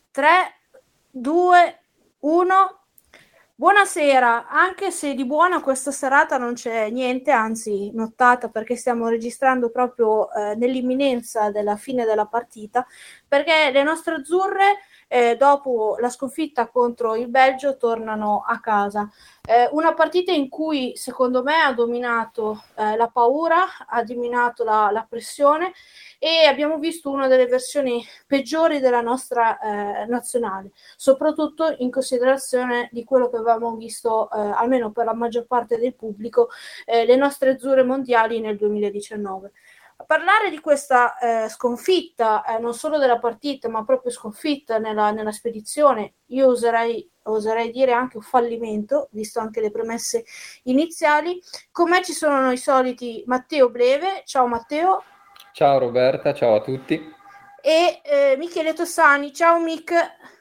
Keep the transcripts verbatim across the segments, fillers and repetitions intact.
tre, due, uno. Buonasera, anche se di buona questa serata non c'è niente, anzi nottata, perché stiamo registrando proprio eh, nell'imminenza della fine della partita, perché le nostre azzurre eh, dopo la sconfitta contro il Belgio tornano a casa. Eh, una partita in cui secondo me ha dominato eh, la paura, ha dominato la, la pressione, e abbiamo visto una delle versioni peggiori della nostra eh, nazionale, soprattutto in considerazione di quello che avevamo visto, eh, almeno per la maggior parte del pubblico, eh, le nostre azzurre mondiali nel duemiladiciannove. A parlare di questa eh, sconfitta, eh, non solo della partita, ma proprio sconfitta nella, nella spedizione, io oserei, oserei dire anche un fallimento, visto anche le premesse iniziali. Con me ci sono i soliti Matteo Bleve. Ciao Matteo. Ciao Roberta, ciao a tutti. E eh, Michele Tossani. Ciao Mick.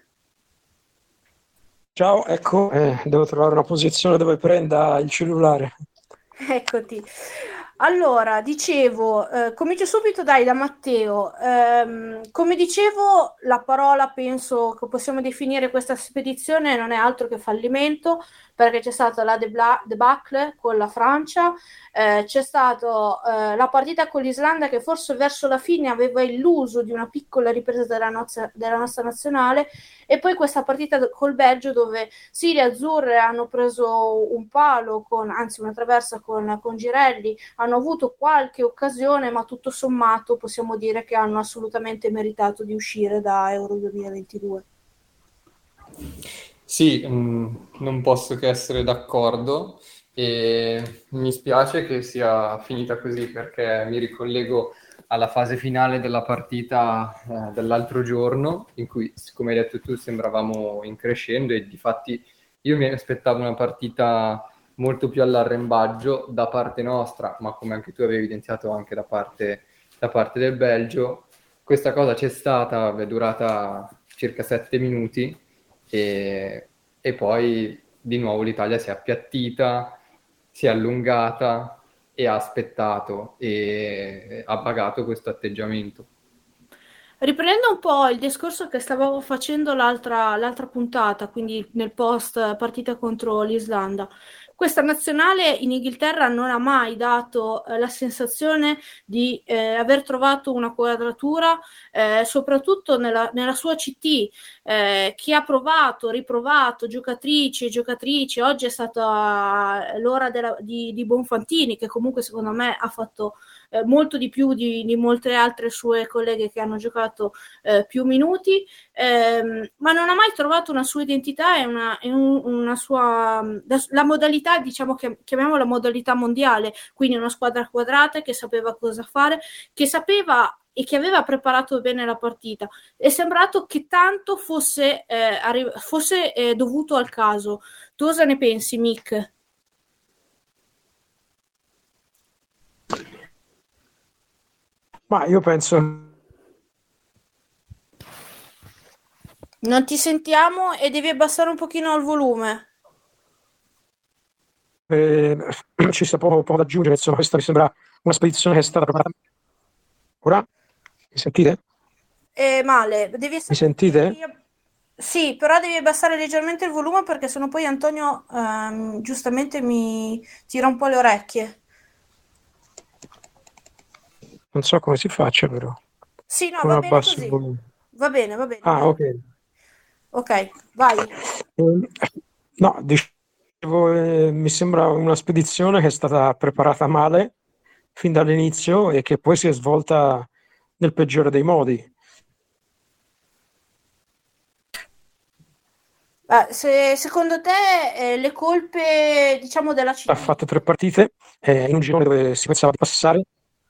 Ciao, ecco, eh, devo trovare una posizione dove prenda il cellulare. Eccoti. Allora, dicevo, eh, comincio subito dai da Matteo. Ehm, come dicevo, la parola penso che possiamo definire questa spedizione non è altro che fallimento, perché c'è stata la debla- debacle con la Francia, eh, c'è stata eh, la partita con l'Islanda che forse verso la fine aveva illuso di una piccola ripresa della, nozza- della nostra nazionale, e poi questa partita col Belgio dove sì, le azzurre hanno preso un palo, con, anzi una traversa con, con Girelli, hanno avuto qualche occasione, ma tutto sommato possiamo dire che hanno assolutamente meritato di uscire da Euro duemilaventidue. Sì, mh, non posso che essere d'accordo e mi spiace che sia finita così perché mi ricollego alla fase finale della partita eh, dell'altro giorno in cui, come hai detto tu, sembravamo in crescendo e difatti io mi aspettavo una partita molto più all'arrembaggio da parte nostra, ma come anche tu avevi evidenziato anche da parte, da parte del Belgio. Questa cosa c'è stata, è durata circa sette minuti e, e poi di nuovo l'Italia si è appiattita, si è allungata e ha aspettato e ha pagato questo atteggiamento. Riprendo un po' il discorso che stavamo facendo l'altra, l'altra puntata, quindi nel post partita contro l'Islanda. Questa nazionale in Inghilterra non ha mai dato eh, la sensazione di eh, aver trovato una quadratura, eh, soprattutto nella, nella sua C T, eh, che ha provato, riprovato, giocatrici e giocatrici. Oggi è stata l'ora della, di, di Bonfantini, che comunque secondo me ha fatto eh, molto di più di, di molte altre sue colleghe che hanno giocato eh, più minuti, ehm, ma non ha mai trovato una sua identità e una, e un, una sua la, la modalità, diciamo che chiamiamola modalità mondiale, quindi una squadra quadrata che sapeva cosa fare, che sapeva e che aveva preparato bene la partita. È sembrato che tanto fosse, eh, arri- fosse eh, dovuto al caso. Tu cosa ne pensi, Mick? Ma io penso Non ti sentiamo e devi abbassare un pochino il volume. che eh, ci sta poco, poco da aggiungere, insomma, questa mi sembra una spedizione che è stata preparata. Ora, mi sentite? È male, devi Mi essere... sentite? devi- Sì, però devi abbassare leggermente il volume perché sennò poi Antonio ehm, giustamente mi tira un po' le orecchie. Non so come si faccia, però. Sì, no, Come va bene abbasso il così. volume? Va bene, va bene, Ah, dai. ok. Ok, vai. Eh, No, dicevo, eh, mi sembra una spedizione che è stata preparata male fin dall'inizio e che poi si è svolta nel peggiore dei modi. Ah, se, secondo te eh, le colpe, diciamo, della Ha C T... fatto tre partite eh, in un girone dove si pensava di passare.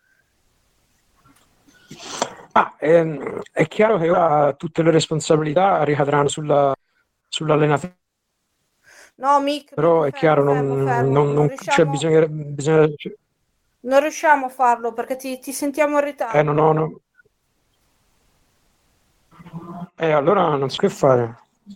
Ah, ehm, è chiaro che ora tutte le responsabilità ricadranno sulla, sull'allenatore, No, Mick, Mick, però è fermo, chiaro, fermo, non, fermo. non, Non non, cioè, riusciamo, bisogna, bisogna cioè, non riusciamo a farlo perché ti, ti sentiamo in eh, non ritardo. ho, no- eh, allora non so che fare.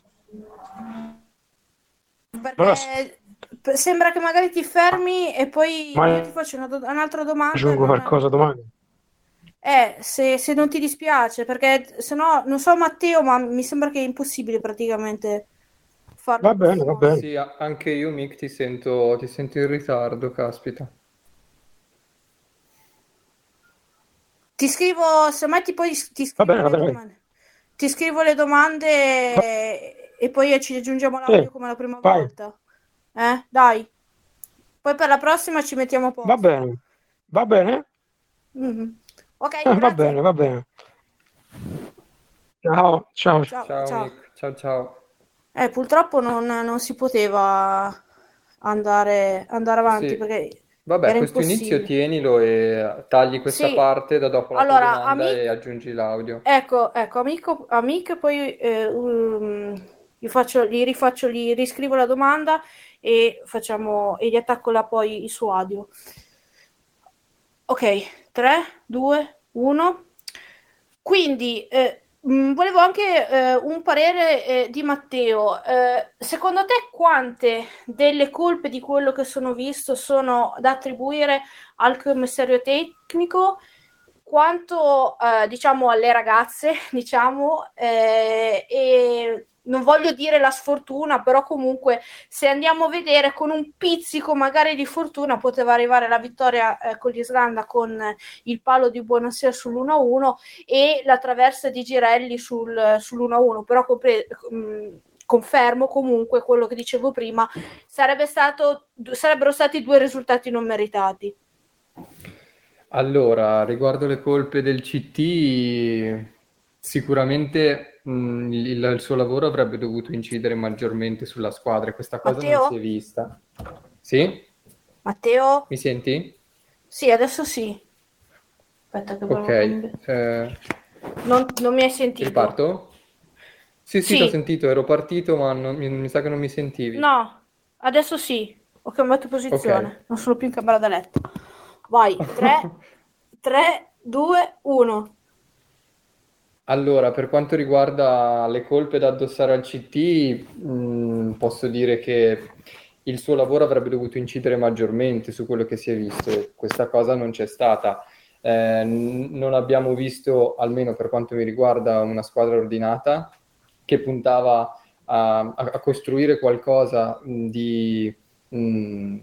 Allora Perché p- sembra che magari ti fermi e poi mai io ti faccio una do- un'altra domanda e aggiungo non... qualcosa domani. Eh, se, se non ti dispiace, perché se no, non so Matteo, ma mi sembra che è impossibile praticamente farlo Va in questo bene, va modo. bene. Sì, a- anche io, Mick, ti sento, ti sento in ritardo, caspita. Ti scrivo, se mai ti poi ti Va scrivo bene, va le bene. domande. Ti scrivo le domande Va- e, e poi ci aggiungiamo sì, l'audio come la prima vai. volta. Eh, dai. Poi per la prossima ci mettiamo a Va posto. bene. Va bene? Mhm. Ok, Va grazie. bene, va bene. Ciao, ciao. Ciao, Ciao, ciao. Mick, ciao ciao. Eh, purtroppo non, non si poteva andare, andare avanti Sì, perché vabbè, era questo inizio impossibile. tienilo e tagli questa Sì, parte da dopo la tua allora, domanda e amic, aggiungi l'audio. ecco, ecco, amico, amic, poi eh, um, gli faccio, gli rifaccio, gli riscrivo la domanda e facciamo, e gli attacco là poi il suo audio. Ok, tre, due, uno. Quindi, eh, mh, volevo anche eh, un parere eh, di Matteo. Eh, secondo te quante delle colpe di quello che sono visto sono da attribuire al commissario tecnico? Quanto eh, diciamo alle ragazze, diciamo, eh, e non voglio dire la sfortuna, però comunque se andiamo a vedere con un pizzico magari di fortuna poteva arrivare la vittoria eh, con l'Islanda con eh, il palo di Buonasera sull'uno a uno e la traversa di Girelli sul, sull'uno a uno, però compre- mh, confermo comunque quello che dicevo prima, sarebbe stato, sarebbero stati due risultati non meritati. Allora, riguardo le colpe del C T, sicuramente mh, il, il suo lavoro avrebbe dovuto incidere maggiormente sulla squadra e questa cosa non si è Matteo? vista. Sì? Matteo? Mi senti? Sì, adesso sì. Aspetta che Ok, volevo cambiare. eh, Non, non mi hai sentito? riparto? Sì, sì, ti ho Sì, sentito, ero partito, ma non- mi, mi sa che non mi sentivi. no, adesso sì. Ho cambiato Ok. posizione. Non sono più in camera da letto. Vai, tre, tre, due, uno. Allora, per quanto riguarda le colpe da addossare al C T, mh, posso dire che il suo lavoro avrebbe dovuto incidere maggiormente su quello che si è visto e questa cosa non c'è stata. Eh, n- non abbiamo visto, almeno per quanto mi riguarda, una squadra ordinata che puntava a, a- a costruire qualcosa mh, di, mh,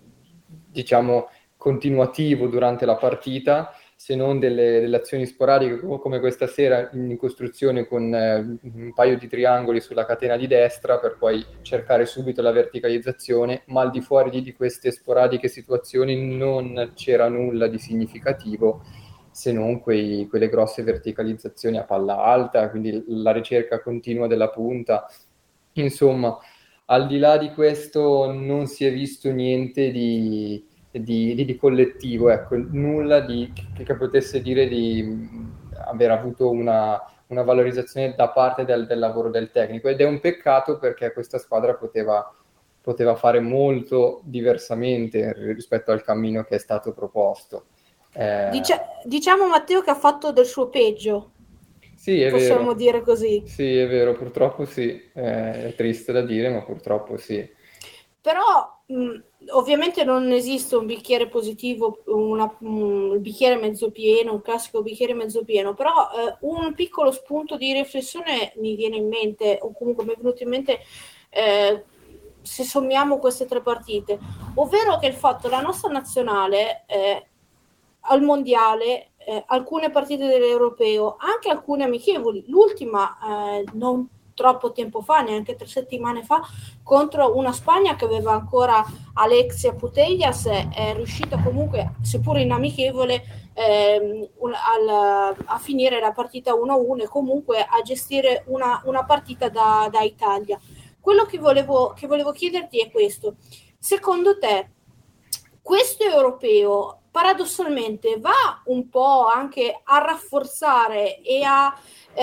diciamo, continuativo durante la partita se non delle, delle azioni sporadiche come questa sera in costruzione con eh, un paio di triangoli sulla catena di destra per poi cercare subito la verticalizzazione, ma al di fuori di, di queste sporadiche situazioni non c'era nulla di significativo se non quei, quelle grosse verticalizzazioni a palla alta, quindi la ricerca continua della punta. Insomma, al di là di questo non si è visto niente di di, di, di collettivo, ecco, nulla di, che, che potesse dire di mh, aver avuto una, una valorizzazione da parte del, del lavoro del tecnico ed è un peccato perché questa squadra poteva, poteva fare molto diversamente rispetto al cammino che è stato proposto. Eh, Dice- diciamo Matteo che ha fatto del suo peggio, sì, è possiamo vero, dire così. sì, è vero, purtroppo sì, eh, è triste da dire, ma purtroppo sì. Però mh, ovviamente non esiste un bicchiere positivo, una, un bicchiere mezzo pieno, un classico bicchiere mezzo pieno, però eh, un piccolo spunto di riflessione mi viene in mente, o comunque mi è venuto in mente eh, se sommiamo queste tre partite, ovvero che il fatto che la nostra nazionale eh, al mondiale, eh, alcune partite dell'europeo, anche alcune amichevoli, l'ultima eh, non troppo tempo fa, neanche tre settimane fa, contro una Spagna che aveva ancora Alexia Putellas, è riuscita comunque, seppur in amichevole, ehm, un, al, a finire la partita uno a uno e comunque a gestire una, una partita da, da Italia. Quello che volevo, che volevo chiederti è questo. Secondo te, questo europeo paradossalmente va un po' anche a rafforzare e a,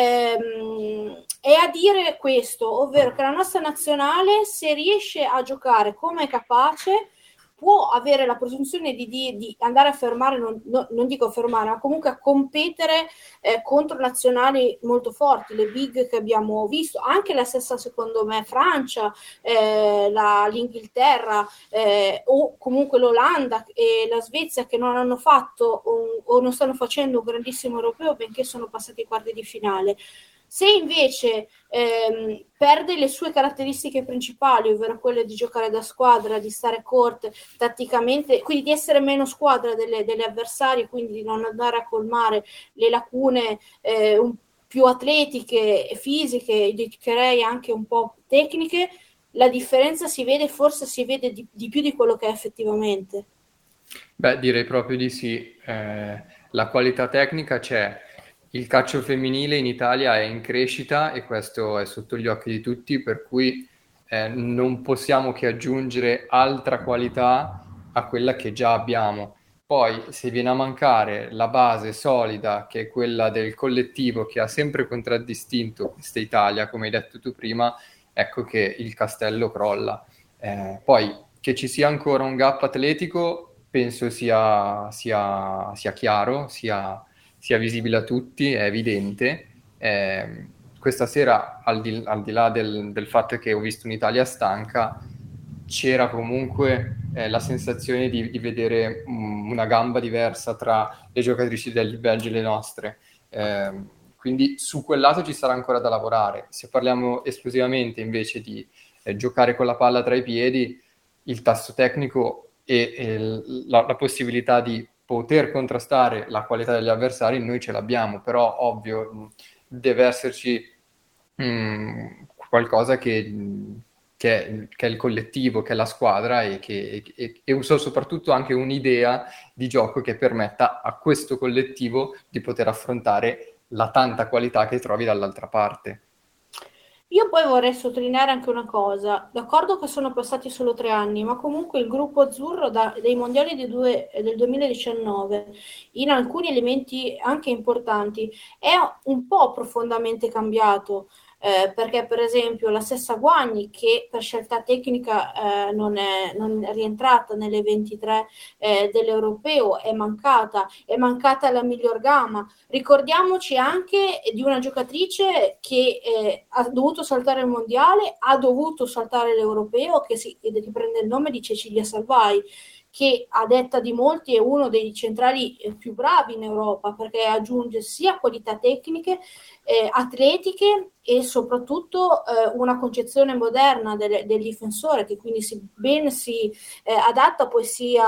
ehm, e a dire questo, ovvero che la nostra nazionale, se riesce a giocare come è capace, può avere la presunzione di, di, di andare a fermare, non, no, non dico fermare, ma comunque a competere eh, contro nazionali molto forti, le big che abbiamo visto, anche la stessa secondo me Francia, eh, la, l'Inghilterra eh, o comunque l'Olanda e la Svezia, che non hanno fatto un, o non stanno facendo un grandissimo europeo, benché sono passati ai quarti di finale. Se invece ehm, perde le sue caratteristiche principali, ovvero quelle di giocare da squadra, di stare corte tatticamente, quindi di essere meno squadra delle, delle avversarie, quindi di non andare a colmare le lacune eh, un, più atletiche, fisiche, direi anche un po' tecniche, la differenza si vede, forse si vede di, di più di quello che è effettivamente. Beh, direi proprio di sì. Eh, la qualità tecnica c'è. Il calcio femminile in Italia è in crescita e questo è sotto gli occhi di tutti, per cui eh, non possiamo che aggiungere altra qualità a quella che già abbiamo. Poi, se viene a mancare la base solida, che è quella del collettivo che ha sempre contraddistinto questa Italia, come hai detto tu prima, ecco che il castello crolla. Eh, poi, che ci sia ancora un gap atletico, penso sia, sia, sia chiaro, sia sia visibile a tutti, è evidente. Eh, questa sera, al di, al di là del, del fatto che ho visto un'Italia stanca, c'era comunque eh, la sensazione di, di vedere um, una gamba diversa tra le giocatrici del Belgio e le nostre. Eh, quindi su quel lato ci sarà ancora da lavorare. Se parliamo esclusivamente invece di eh, giocare con la palla tra i piedi, il tasso tecnico e, e la, la possibilità di poter contrastare la qualità degli avversari noi ce l'abbiamo, però ovvio deve esserci mh, qualcosa che, che, è, che è il collettivo, che è la squadra e che e, e soprattutto anche un'idea di gioco che permetta a questo collettivo di poter affrontare la tanta qualità che trovi dall'altra parte. Io poi vorrei sottolineare anche una cosa, d'accordo che sono passati solo tre anni, ma comunque il gruppo azzurro da, dei mondiali di due, del duemiladiciannove, in alcuni elementi anche importanti, è un po' profondamente cambiato. Eh, perché per esempio la stessa Guagni, che per scelta tecnica eh, non, è, non è rientrata nelle ventitré eh, dell'Europeo, è mancata, è mancata la miglior gamma. Ricordiamoci anche di una giocatrice che eh, ha dovuto saltare il mondiale, ha dovuto saltare l'Europeo, che si che riprende il nome di Cecilia Salvai, che a detta di molti è uno dei centrali più bravi in Europa, perché aggiunge sia qualità tecniche, eh, atletiche e soprattutto eh, una concezione moderna del, del difensore, che quindi si, ben si eh, adatta poi sia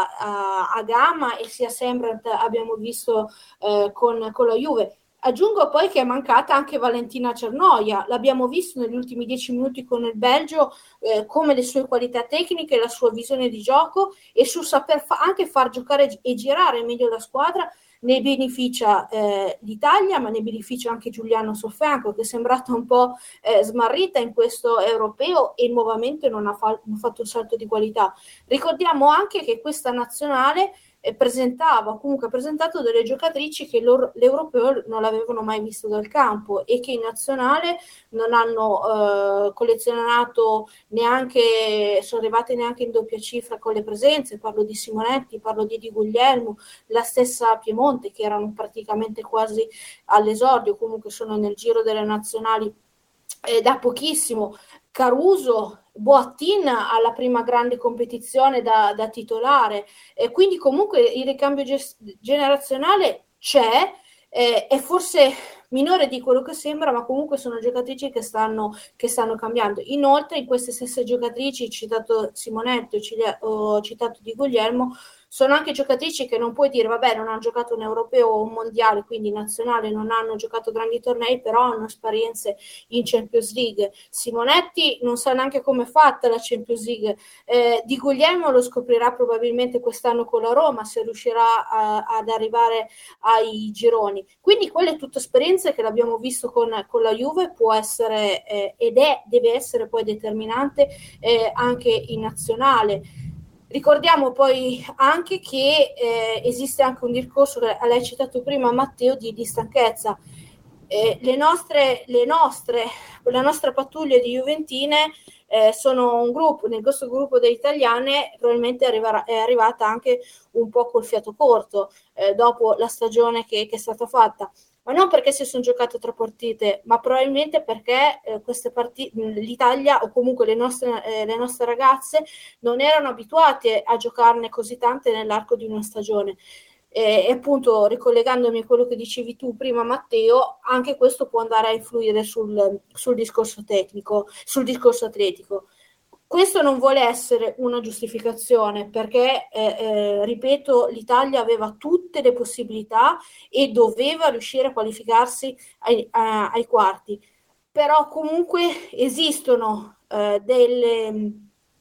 a, a Gamma e sia Sembrant, abbiamo visto eh, con, con la Juve. Aggiungo poi che è mancata anche Valentina Cernoia, l'abbiamo visto negli ultimi dieci minuti con il Belgio, eh, come le sue qualità tecniche, la sua visione di gioco e su saper fa- anche far giocare e girare meglio la squadra ne beneficia eh, l'Italia, ma ne beneficia anche Giuliano Soffianco, che è sembrata un po' eh, smarrita in questo europeo e nuovamente non ha, fa- non ha fatto un salto di qualità. Ricordiamo anche che questa nazionale eh, presentava, comunque ha presentato delle giocatrici che l'europeo non l'avevano mai visto dal campo e che in nazionale non hanno eh, collezionato neanche, sono arrivate neanche in doppia cifra con le presenze. Parlo di Simonetti, parlo di Di Guglielmo, la stessa Piemonte, che erano praticamente quasi all'esordio, comunque sono nel giro delle nazionali eh, da pochissimo. Caruso, Boattin alla prima grande competizione da, da titolare, e quindi comunque il ricambio ges- generazionale c'è, eh, è forse minore di quello che sembra, ma comunque sono giocatrici che stanno, che stanno cambiando. Inoltre in queste stesse giocatrici, citato Simonetti, ho citato Di Guglielmo, sono anche giocatrici che non puoi dire vabbè non hanno giocato un europeo o un mondiale, quindi nazionale, non hanno giocato grandi tornei, però hanno esperienze in Champions League. Simonetti non sa neanche come è fatta la Champions League, eh, Di Guglielmo lo scoprirà probabilmente quest'anno con la Roma, se riuscirà a, ad arrivare ai gironi. Quindi quella è tutta esperienza che l'abbiamo visto con, con la Juve, può essere eh, ed è, deve essere poi determinante eh, anche in nazionale. Ricordiamo poi anche che eh, esiste anche un discorso che l'hai citato prima Matteo di, di stanchezza. Eh, le nostre, le nostre la nostra pattuglia di juventine eh, sono un gruppo, nel nostro gruppo delle italiane probabilmente arriverà, è arrivata anche un po' col fiato corto eh, dopo la stagione che, che è stata fatta, ma non perché si sono giocate tre partite, ma probabilmente perché eh, queste partite, l'Italia o comunque le nostre, eh, le nostre ragazze non erano abituate a giocarne così tante nell'arco di una stagione. E, e appunto, ricollegandomi a quello che dicevi tu prima, Matteo, anche questo può andare a influire sul, sul discorso tecnico, sul discorso atletico. Questo non vuole essere una giustificazione perché, eh, eh, ripeto, l'Italia aveva tutte le possibilità e doveva riuscire a qualificarsi ai, a, ai quarti. Però comunque esistono eh, delle,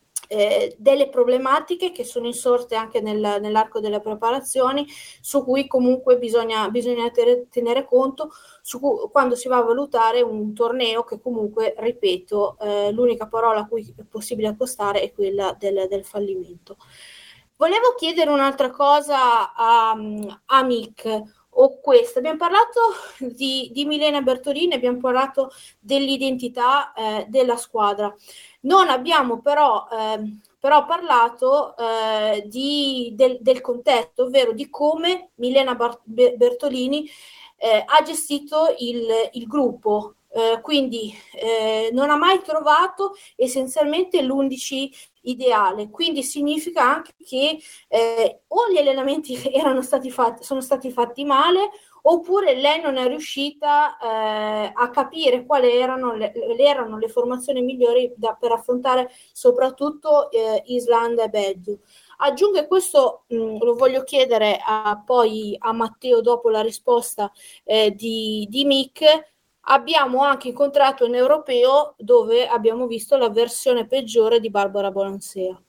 eh, delle problematiche che sono insorte anche nel, nell'arco delle preparazioni, su cui comunque bisogna, bisogna tenere, tenere conto su cui, quando si va a valutare un torneo che comunque, ripeto, eh, l'unica parola a cui è possibile accostare è quella del, del fallimento. Volevo chiedere un'altra cosa a, a Mick, o questa. Abbiamo parlato di, di Milena Bertolini, abbiamo parlato dell'identità eh, della squadra. Non abbiamo però, eh, però parlato eh, di, del, del contesto, ovvero di come Milena Bar- Bertolini eh, ha gestito il, il gruppo. Eh, quindi eh, non ha mai trovato essenzialmente l'undici ideale, quindi significa anche che eh, o gli allenamenti erano stati fatti, sono stati fatti male, oppure lei non è riuscita eh, a capire quali erano le, le, erano le formazioni migliori da, per affrontare soprattutto eh, Islanda e Belgio. Aggiungo che questo mh, lo voglio chiedere a, poi a Matteo dopo la risposta eh, di, di Mick. Abbiamo anche incontrato un europeo dove abbiamo visto la versione peggiore di Barbara Bonansea.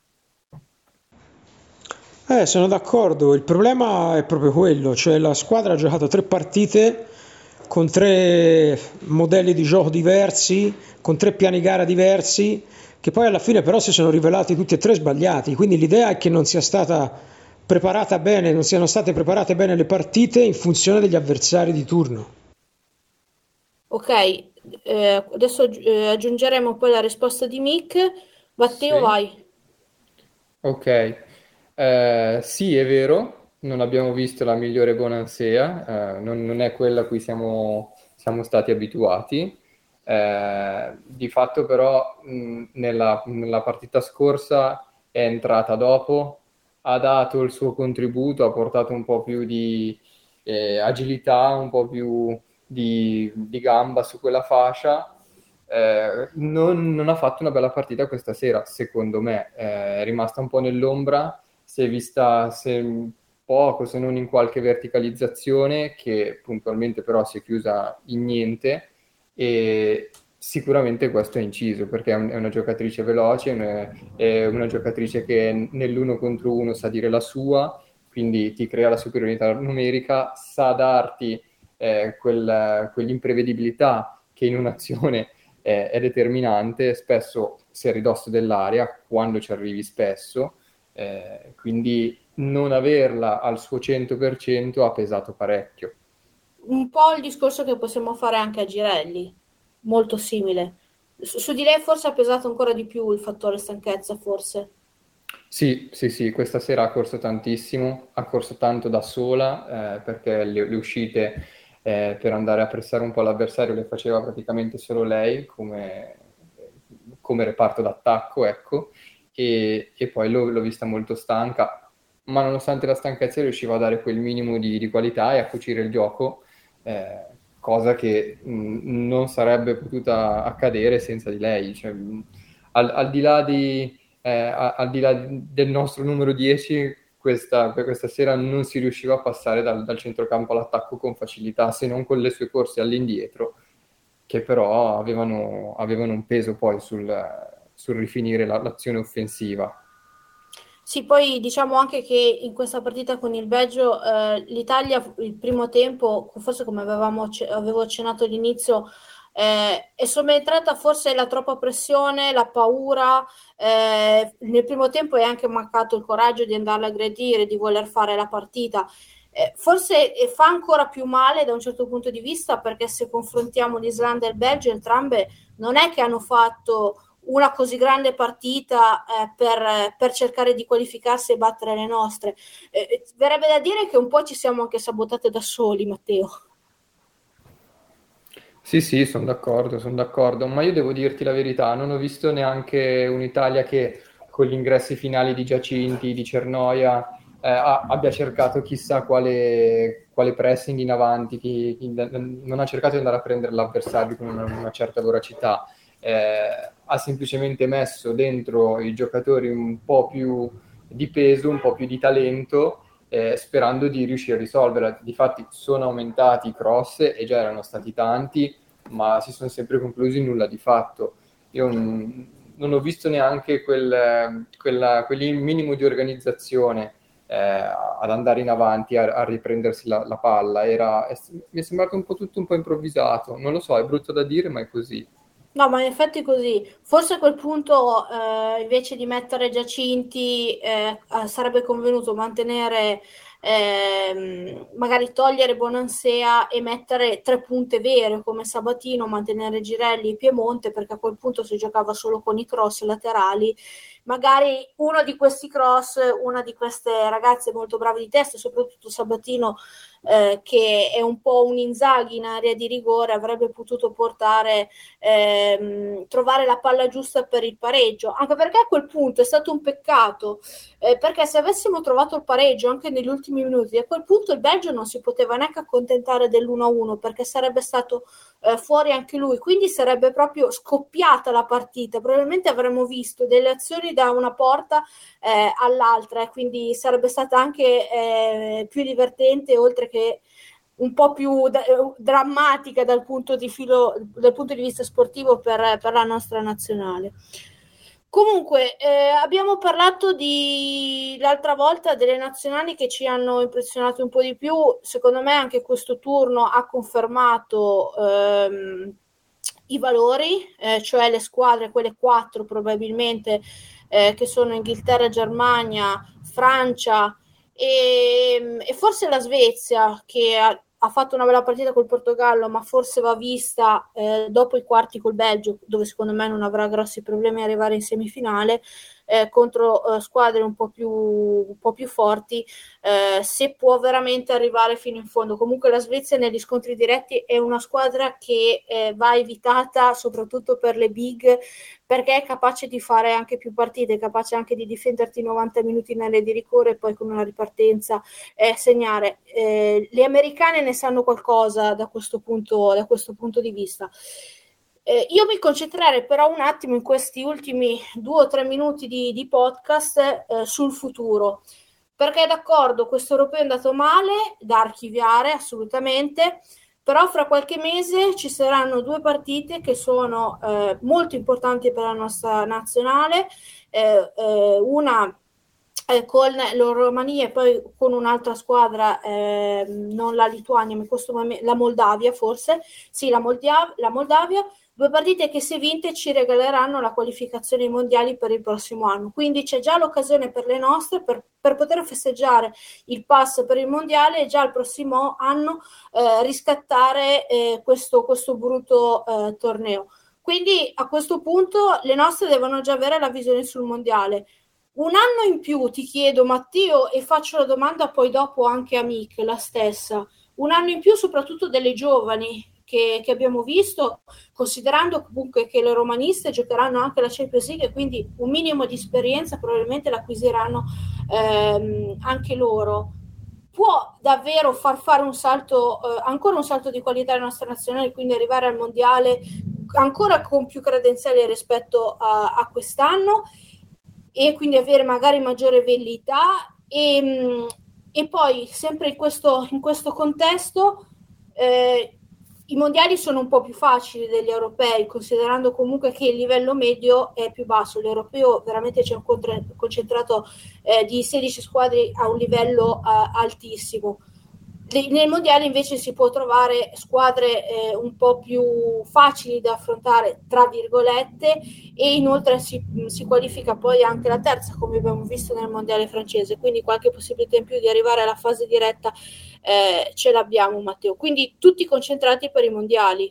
Eh, sono d'accordo, il problema è proprio quello, cioè la squadra ha giocato tre partite con tre modelli di gioco diversi, con tre piani gara diversi, che poi alla fine però si sono rivelati tutti e tre sbagliati, quindi l'idea è che non sia stata preparata bene, non siano state preparate bene le partite in funzione degli avversari di turno. Ok, eh, adesso eh, aggiungeremo poi la risposta di Mick. Matteo, Sì. vai. Ok, eh, sì, è vero, non abbiamo visto la migliore Bonansea, eh, non, non è quella a cui siamo, siamo stati abituati. Eh, di fatto però mh, nella, nella partita scorsa è entrata dopo, ha dato il suo contributo, ha portato un po' più di eh, agilità, un po' più di, di gamba su quella fascia. Eh, non, non ha fatto una bella partita questa sera, secondo me. Eh, è rimasta un po' nell'ombra, si è vista se, poco, se non in qualche verticalizzazione, che puntualmente però si è chiusa in niente, e sicuramente questo è inciso, perché è, un- è una giocatrice veloce, è una, è una giocatrice che nell'uno contro uno sa dire la sua, quindi ti crea la superiorità numerica, sa darti eh, quel- quell'imprevedibilità che in un'azione è, è determinante, spesso si è a ridosso dell'area, quando ci arrivi spesso, eh, quindi non averla al suo cento per cento ha pesato parecchio. Un po' il discorso che possiamo fare anche a Girelli, molto simile. Su, su di lei forse ha pesato ancora di più il fattore stanchezza, forse. Sì, sì, sì, questa sera ha corso tantissimo, ha corso tanto da sola, eh, perché le, le uscite eh, per andare a pressare un po' l'avversario le faceva praticamente solo lei come, come reparto d'attacco, ecco, e, e poi l'ho, l'ho vista molto stanca, ma nonostante la stanchezza riusciva a dare quel minimo di, di qualità e a cucire il gioco, eh, cosa che mh, non sarebbe potuta accadere senza di lei. Cioè, mh, al, al di là di eh, a- al di là del nostro numero dieci, questa, per questa sera non si riusciva a passare dal, dal centrocampo all'attacco con facilità, se non con le sue corse all'indietro, che però avevano, avevano un peso poi sul, sul rifinire la- l'azione offensiva. Sì, poi diciamo anche che in questa partita con il Belgio eh, l'Italia il primo tempo, forse come avevamo, acce- avevo accennato all'inizio, eh, è subentrata forse la troppa pressione, la paura. Eh, nel primo tempo è anche mancato il coraggio di andarla a aggredire, di voler fare la partita. Eh, forse eh, fa ancora più male da un certo punto di vista, perché se confrontiamo l'Islanda e il Belgio, entrambe non è che hanno fatto una così grande partita eh, per, per cercare di qualificarsi e battere le nostre. Eh, verrebbe da dire che un po' ci siamo anche sabotate da soli, Matteo. Sì, sì, sono d'accordo, sono d'accordo, ma io devo dirti la verità, non ho visto neanche un'Italia che con gli ingressi finali di Giacinti, di Cernoia, eh, a- abbia cercato chissà quale, quale pressing in avanti, chi- chi- non ha cercato di andare a prendere l'avversario con una, una certa voracità, eh, ha semplicemente messo dentro i giocatori un po' più di peso, un po' più di talento, eh, sperando di riuscire a risolverla. Difatti sono aumentati i cross e già erano stati tanti, ma si sono sempre conclusi in nulla di fatto. Io non, non ho visto neanche quel, quella, quel minimo di organizzazione eh, ad andare in avanti, a, a riprendersi la, la palla. Era, è, mi è sembrato un po' tutto un po' improvvisato. Non lo so, è brutto da dire, ma è così. No, ma in effetti è così. Forse a quel punto, eh, invece di mettere Giacinti, eh, eh, sarebbe convenuto mantenere, ehm, magari togliere Bonansea e mettere tre punte vere come Sabatino, mantenere Girelli e Piemonte, perché a quel punto si giocava solo con i cross laterali. Magari uno di questi cross, una di queste ragazze molto brave di testa, soprattutto Sabatino, eh, che è un po' un Inzaghi in area di rigore, avrebbe potuto portare ehm, trovare la palla giusta per il pareggio, anche perché a quel punto è stato un peccato, eh, perché se avessimo trovato il pareggio anche negli ultimi minuti, a quel punto il Belgio non si poteva neanche accontentare dell'uno a uno, perché sarebbe stato eh, fuori anche lui, quindi sarebbe proprio scoppiata la partita, probabilmente avremmo visto delle azioni da una porta eh, all'altra, e quindi sarebbe stata anche eh, più divertente, oltre che un po' più da, drammatica dal punto di filo, dal punto di vista sportivo per, per la nostra nazionale. Comunque, eh, abbiamo parlato di l'altra volta delle nazionali che ci hanno impressionato un po' di più. Secondo me anche questo turno ha confermato ehm, i valori, eh, cioè le squadre, quelle quattro probabilmente, eh, che sono Inghilterra, Germania, Francia e, e forse la Svezia, che ha, ha fatto una bella partita col Portogallo, ma forse va vista eh, dopo i quarti col Belgio, dove secondo me non avrà grossi problemi ad arrivare in semifinale, eh, contro eh, squadre un po' più, un po' più forti, eh, se può veramente arrivare fino in fondo. Comunque la Svezia negli scontri diretti è una squadra che eh, va evitata soprattutto per le big, perché è capace di fare anche più partite, è capace anche di difenderti novanta minuti nelle di rigore e poi con una ripartenza eh, segnare. Eh, le americane ne sanno qualcosa da questo punto, da questo punto di vista. Eh, io mi concentrerei però un attimo in questi ultimi due o tre minuti di, di podcast eh, sul futuro, perché d'accordo, questo europeo è andato male, da archiviare assolutamente, però fra qualche mese ci saranno due partite che sono eh, molto importanti per la nostra nazionale, eh, eh, una eh, con la Romania e poi con un'altra squadra, eh, non la Lituania, ma in questo momento la Moldavia forse, sì, la, Moldia- la Moldavia, due partite che se vinte ci regaleranno la qualificazione ai mondiali per il prossimo anno, quindi c'è già l'occasione per le nostre per, per poter festeggiare il pass per il mondiale e già il prossimo anno eh, riscattare eh, questo, questo brutto eh, torneo. Quindi a questo punto le nostre devono già avere la visione sul mondiale. Un anno in più ti chiedo, Matteo, e faccio la domanda poi dopo anche a Mick, la stessa, un anno in più soprattutto delle giovani che, che abbiamo visto, considerando comunque che le romaniste giocheranno anche la Champions League, quindi un minimo di esperienza probabilmente l'acquisiranno ehm, anche loro. Può davvero far fare un salto, eh, ancora un salto di qualità alla nostra nazionale, quindi arrivare al mondiale ancora con più credenziali rispetto a, a quest'anno, e quindi avere magari maggiore velleità e, e poi sempre in questo, in questo contesto eh, i mondiali sono un po' più facili degli europei, considerando comunque che il livello medio è più basso. L'europeo veramente c'è un concentrato eh, di sedici squadre a un livello eh, altissimo. Nel mondiale invece si può trovare squadre eh, un po' più facili da affrontare, tra virgolette, e inoltre si, si qualifica poi anche la terza, come abbiamo visto nel mondiale francese, quindi qualche possibilità in più di arrivare alla fase diretta eh, ce l'abbiamo, Matteo. Quindi tutti concentrati per i mondiali.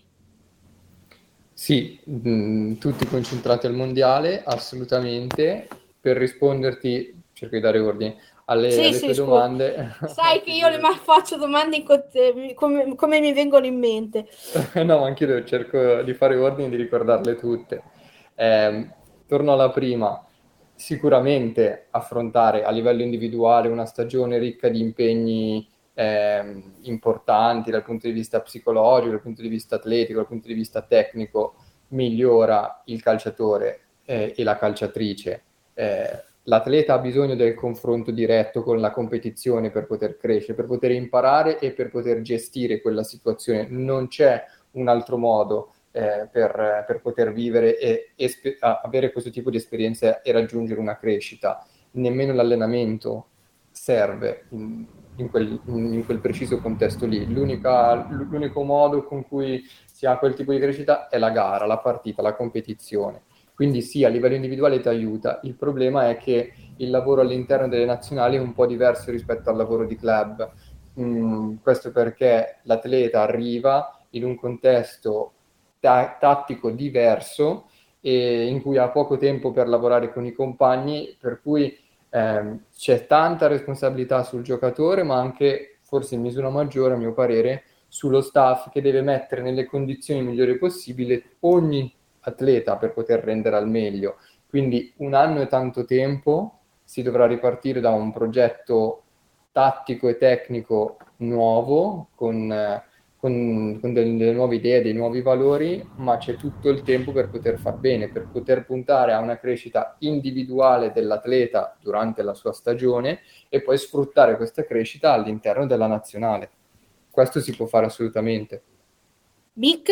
Sì, mh, tutti concentrati al mondiale, assolutamente. Per risponderti, cerco di dare ordine alle, sì, alle sì, tue scusa. domande. Sai che io le ma- faccio domande in co- come, come mi vengono in mente. No, ma anche io cerco di fare ordine e di ricordarle tutte. Eh, torno alla prima. Sicuramente affrontare a livello individuale una stagione ricca di impegni eh, importanti dal punto di vista psicologico, dal punto di vista atletico, dal punto di vista tecnico, migliora il calciatore eh, e la calciatrice. Eh, l'atleta ha bisogno del confronto diretto con la competizione per poter crescere, per poter imparare e per poter gestire quella situazione. Non c'è un altro modo eh, per, per poter vivere e esper- avere questo tipo di esperienze e raggiungere una crescita. Nemmeno l'allenamento serve in, in, quel, in quel preciso contesto lì. L'unica, l'unico modo con cui si ha quel tipo di crescita è la gara, la partita, la competizione. Quindi sì, a livello individuale ti aiuta. Il problema è che il lavoro all'interno delle nazionali è un po' diverso rispetto al lavoro di club. Mm, questo perché l'atleta arriva in un contesto ta- tattico diverso e in cui ha poco tempo per lavorare con i compagni, per cui ehm, c'è tanta responsabilità sul giocatore, ma anche, forse in misura maggiore, a mio parere, sullo staff che deve mettere nelle condizioni migliori possibili ogni atleta per poter rendere al meglio. Quindi un anno è tanto tempo, si dovrà ripartire da un progetto tattico e tecnico nuovo, con, eh, con, con delle, delle nuove idee, dei nuovi valori, ma c'è tutto il tempo per poter far bene, per poter puntare a una crescita individuale dell'atleta durante la sua stagione e poi sfruttare questa crescita all'interno della nazionale. Questo si può fare assolutamente. Mick?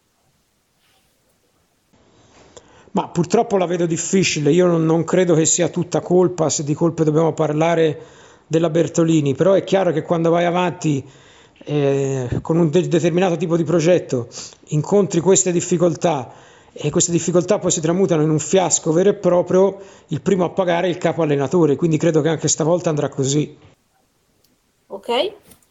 Ma purtroppo la vedo difficile, io non, non credo che sia tutta colpa, se di colpe dobbiamo parlare, della Bertolini, però è chiaro che quando vai avanti eh, con un de- determinato tipo di progetto, incontri queste difficoltà e queste difficoltà poi si tramutano in un fiasco vero e proprio, il primo a pagare è il capo allenatore, quindi credo che anche stavolta andrà così. Ok.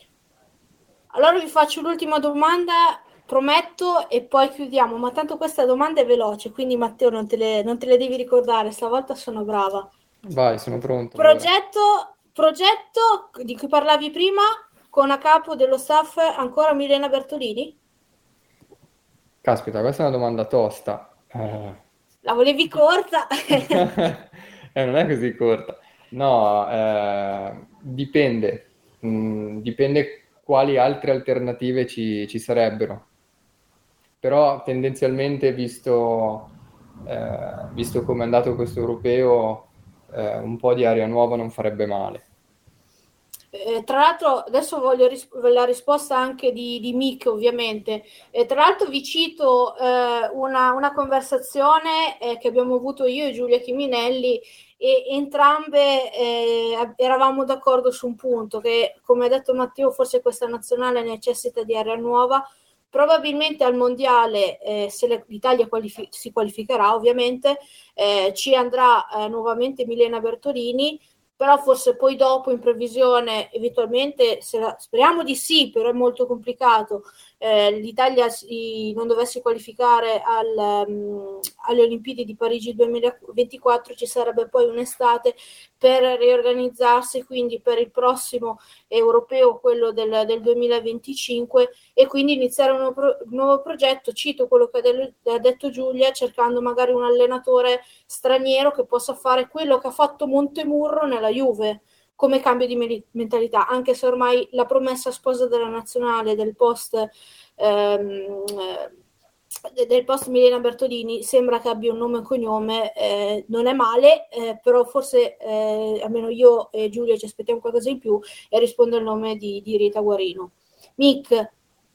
Allora vi faccio l'ultima domanda, prometto, e poi chiudiamo, ma tanto questa domanda è veloce, quindi Matteo non te le, non te le devi ricordare, stavolta sono brava. Vai, sono pronto. Allora. Progetto, progetto di cui parlavi prima, con a capo dello staff ancora Milena Bertolini? Caspita, questa è una domanda tosta. Eh. La volevi corta? Eh, non è così corta. No, eh, dipende. Mm, dipende quali altre alternative ci, ci sarebbero. Però tendenzialmente, visto, eh, visto come è andato questo europeo, eh, un po' di aria nuova non farebbe male. Eh, tra l'altro, adesso voglio ris- la risposta anche di, di Mick, ovviamente. Eh, tra l'altro, vi cito eh, una, una conversazione eh, che abbiamo avuto io e Giulia Chiminelli, e entrambe eh, eravamo d'accordo su un punto: che, come ha detto Matteo, forse questa nazionale necessita di aria nuova. Probabilmente al mondiale, eh, se le, l'Italia qualifi- si qualificherà, ovviamente, eh, ci andrà eh, nuovamente Milena Bertolini. Però forse poi dopo, in previsione, eventualmente, se la, speriamo di sì, però è molto complicato, eh, l'Italia si, non dovesse qualificare al, um, alle Olimpiadi di Parigi duemilaventiquattro, ci sarebbe poi un'estate per riorganizzarsi, quindi per il prossimo europeo, quello del, del duemilaventicinque, e quindi iniziare un nuovo, pro, un nuovo progetto. Cito quello che ha, del, ha detto Giulia, cercando magari un allenatore straniero che possa fare quello che ha fatto Montemurro nella Juve, come cambio di me- mentalità, anche se ormai la promessa sposa della nazionale del post ehm, del post Milena Bertolini sembra che abbia un nome e cognome, eh, non è male, eh, però forse eh, almeno io e Giulia ci aspettiamo qualcosa in più, e risponde il nome di, di Rita Guarino. Mick?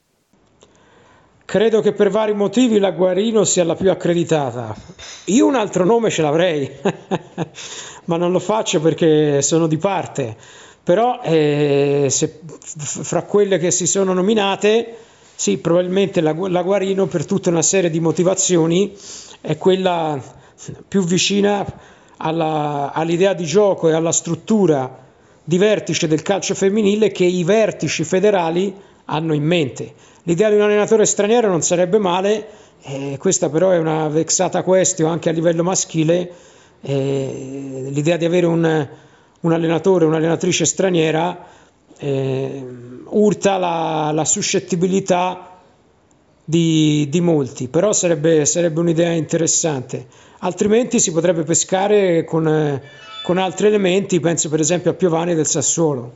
Credo che per vari motivi la Guarino sia la più accreditata. Io un altro nome ce l'avrei, ma non lo faccio perché sono di parte. però eh, se, f- fra quelle che si sono nominate, sì, probabilmente la, la Guarino per tutta una serie di motivazioni è quella più vicina alla- all'idea di gioco e alla struttura di vertice del calcio femminile che i vertici federali hanno in mente. L'idea di un allenatore straniero non sarebbe male, eh, questa però è una vexata question anche a livello maschile, eh, l'idea di avere un, un allenatore, un'allenatrice straniera eh, urta la, la suscettibilità di, di molti, però sarebbe, sarebbe un'idea interessante. Altrimenti si potrebbe pescare con, eh, con altri elementi, penso per esempio a Piovani del Sassuolo.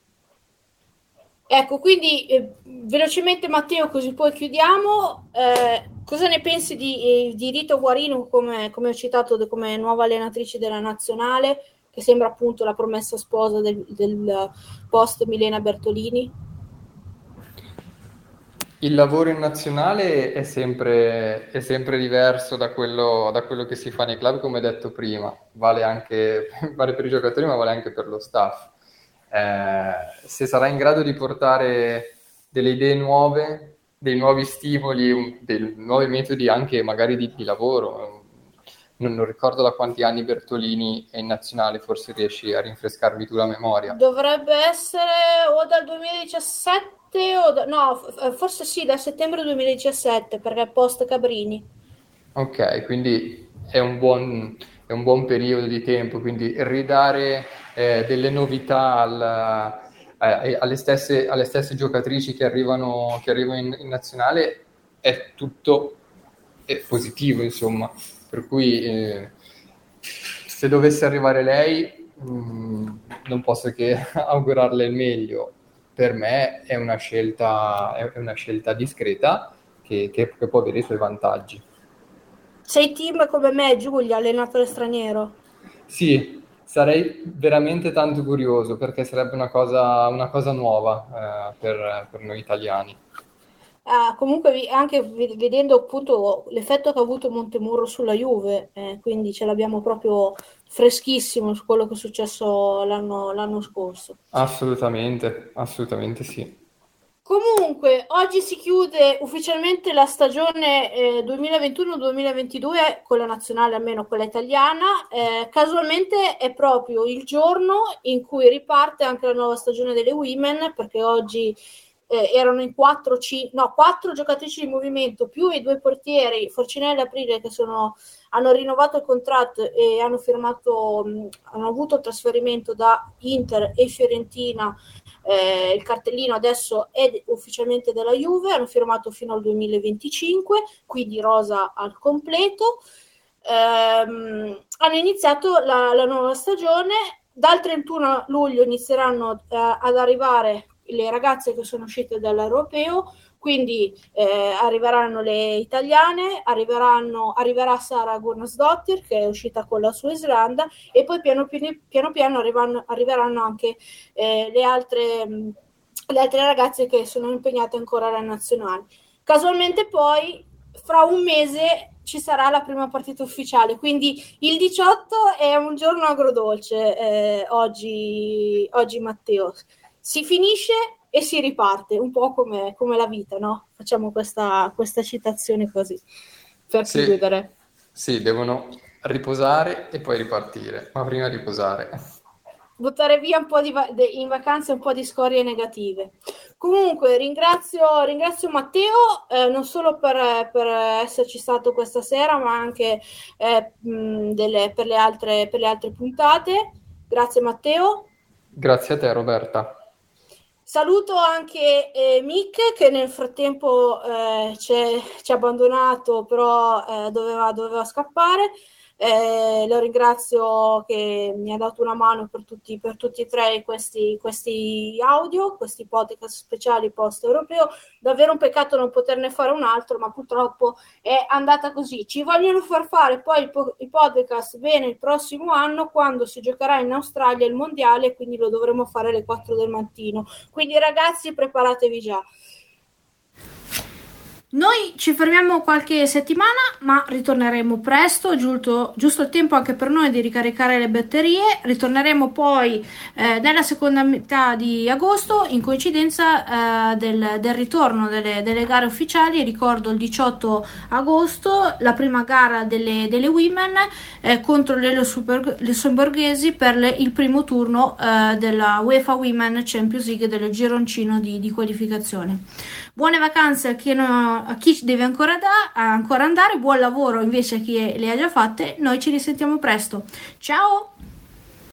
Ecco, quindi eh, velocemente Matteo, così poi chiudiamo. Eh, cosa ne pensi di, eh, di Rito Guarino, come, come ho citato, come nuova allenatrice della nazionale, che sembra appunto la promessa sposa del, del post Milena Bertolini? Il lavoro in nazionale è sempre, è sempre diverso da quello, da quello che si fa nei club, come detto prima. Vale anche, vale per i giocatori, ma vale anche per lo staff. Eh, se sarà in grado di portare delle idee nuove, dei nuovi stimoli, un- dei nuovi metodi anche magari di, di lavoro. Non, non ricordo da quanti anni Bertolini è in nazionale, forse riesci a rinfrescarmi tu la memoria. Dovrebbe essere o dal duemiladiciassette o da, no, f- forse sì, da settembre duemiladiciassette, perché è post Cabrini. Ok, quindi è un buon, è un buon periodo di tempo, quindi ridare eh, delle novità al- eh, alle stesse, alle stesse giocatrici che arrivano, che arrivano in, in nazionale è tutto è positivo, insomma. Per cui eh, se dovesse arrivare lei, mh, non posso che augurarle il meglio. Per me è una scelta, è una scelta discreta che, che- che può avere i suoi vantaggi. Sei team come me, Giulia, allenatore straniero? Sì, sarei veramente tanto curioso perché sarebbe una cosa, una cosa nuova eh, per, per noi italiani. Ah, comunque vi- anche ve- vedendo appunto l'effetto che ha avuto Montemurro sulla Juve, eh, quindi ce l'abbiamo proprio freschissimo su quello che è successo l'anno l'anno scorso. Assolutamente, assolutamente sì. Comunque, oggi si chiude ufficialmente la stagione eh, duemilaventuno duemilaventidue con la nazionale, almeno quella italiana. Eh, casualmente è proprio il giorno in cui riparte anche la nuova stagione delle Women, perché oggi eh, erano in quattro, c- no, quattro giocatrici di movimento più i due portieri, Forcinelli e Aprile, che sono, hanno rinnovato il contratto e hanno firmato, mh, hanno avuto il trasferimento da Inter e Fiorentina. Eh, il cartellino adesso è ufficialmente della Juve, hanno firmato fino al duemilaventicinque, quindi rosa al completo. Ehm, hanno iniziato la, la nuova stagione, dal trentuno luglio inizieranno eh, ad arrivare le ragazze che sono uscite dall'Europeo, quindi eh, arriveranno le italiane, arriveranno, arriverà Sara Gurnarsdottir che è uscita con la sua Islanda e poi piano piano, piano, piano arriveranno, arriveranno anche eh, le, altre, mh, le altre ragazze che sono impegnate ancora alla nazionale. Casualmente poi fra un mese ci sarà la prima partita ufficiale, quindi il diciotto è un giorno agrodolce eh, oggi, oggi Matteo. Si finisce e si riparte, un po' come, come la vita, no? Facciamo questa, questa citazione così, per Sì, chiudere. sì, devono riposare e poi ripartire, ma prima riposare. Buttare via un po' di va- de- in vacanza un po' di scorie negative. Comunque ringrazio, ringrazio Matteo eh, non solo per, per esserci stato questa sera, ma anche eh, mh, delle, per, le altre, per le altre puntate. Grazie Matteo. Grazie a te, Roberta. Saluto anche eh, Mick che nel frattempo eh, ci ha abbandonato, però eh, doveva, doveva scappare. Eh, lo ringrazio che mi ha dato una mano per tutti, per tutti e tre questi, questi audio, questi podcast speciali post-europeo. Davvero un peccato non poterne fare un altro, ma purtroppo è andata così. Ci vogliono far fare poi il, po- il podcast bene il prossimo anno, quando si giocherà in Australia il mondiale, quindi lo dovremo fare alle quattro del mattino. Quindi ragazzi preparatevi già. Noi ci fermiamo qualche settimana, ma ritorneremo presto, giusto, giusto il tempo anche per noi di ricaricare le batterie. Ritorneremo poi eh, nella seconda metà di agosto, in coincidenza eh, del, del ritorno delle, delle gare ufficiali. Ricordo il diciotto agosto, la prima gara delle, delle women eh, contro le lussemburghesi per le, il primo turno eh, della UEFA Women Champions League, del gironcino di, di qualificazione. Buone vacanze a chi, no, a chi deve ancora, da, ancora andare, buon lavoro invece a chi le ha già fatte. Noi ci risentiamo presto. Ciao!